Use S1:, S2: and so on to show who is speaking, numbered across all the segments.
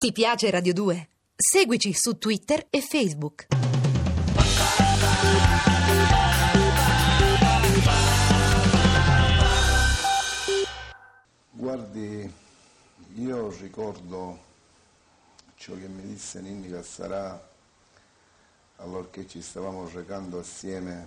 S1: Ti piace Radio 2? Seguici su Twitter e Facebook.
S2: Guardi, io ricordo ciò che mi disse Ninni Cassarà allorché ci stavamo recando assieme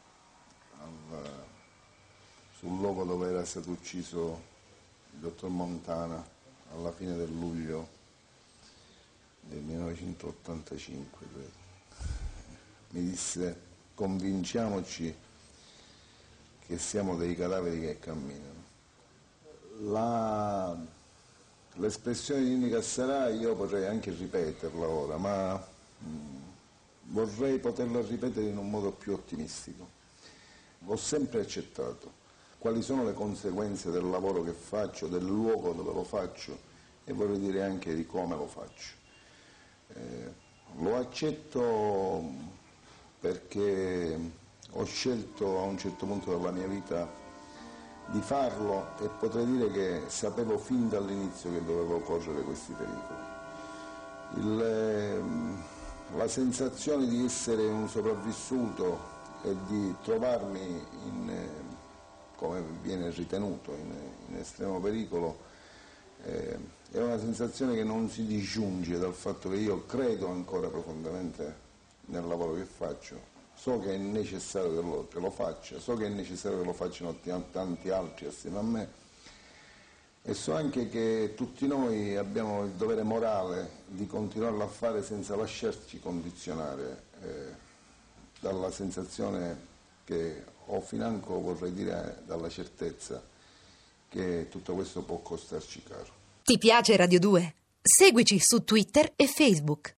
S2: sul luogo dove era stato ucciso il dottor Montana alla fine del luglio del 1985, credo. Mi disse: convinciamoci che siamo dei cadaveri che camminano. L'espressione di Ninni Cassarà io potrei anche ripeterla ora, ma vorrei poterla ripetere in un modo più ottimistico. Ho sempre accettato quali sono le conseguenze del lavoro che faccio, del luogo dove lo faccio e vorrei dire anche di come lo faccio. Lo accetto perché ho scelto a un certo punto della mia vita di farlo e potrei dire che sapevo fin dall'inizio che dovevo correre questi pericoli. La sensazione di essere un sopravvissuto e di trovarmi come viene ritenuto, in estremo pericolo, è una sensazione che non si disgiunge dal fatto che io credo ancora profondamente nel lavoro che faccio. So che è necessario che lo faccia, so che è necessario che lo facciano tanti altri assieme a me e so anche che tutti noi abbiamo il dovere morale di continuarlo a fare senza lasciarci condizionare dalla sensazione che ho financo, vorrei dire, dalla certezza che tutto questo può costarci caro.
S1: Ti piace Radio 2? Seguici su Twitter e Facebook.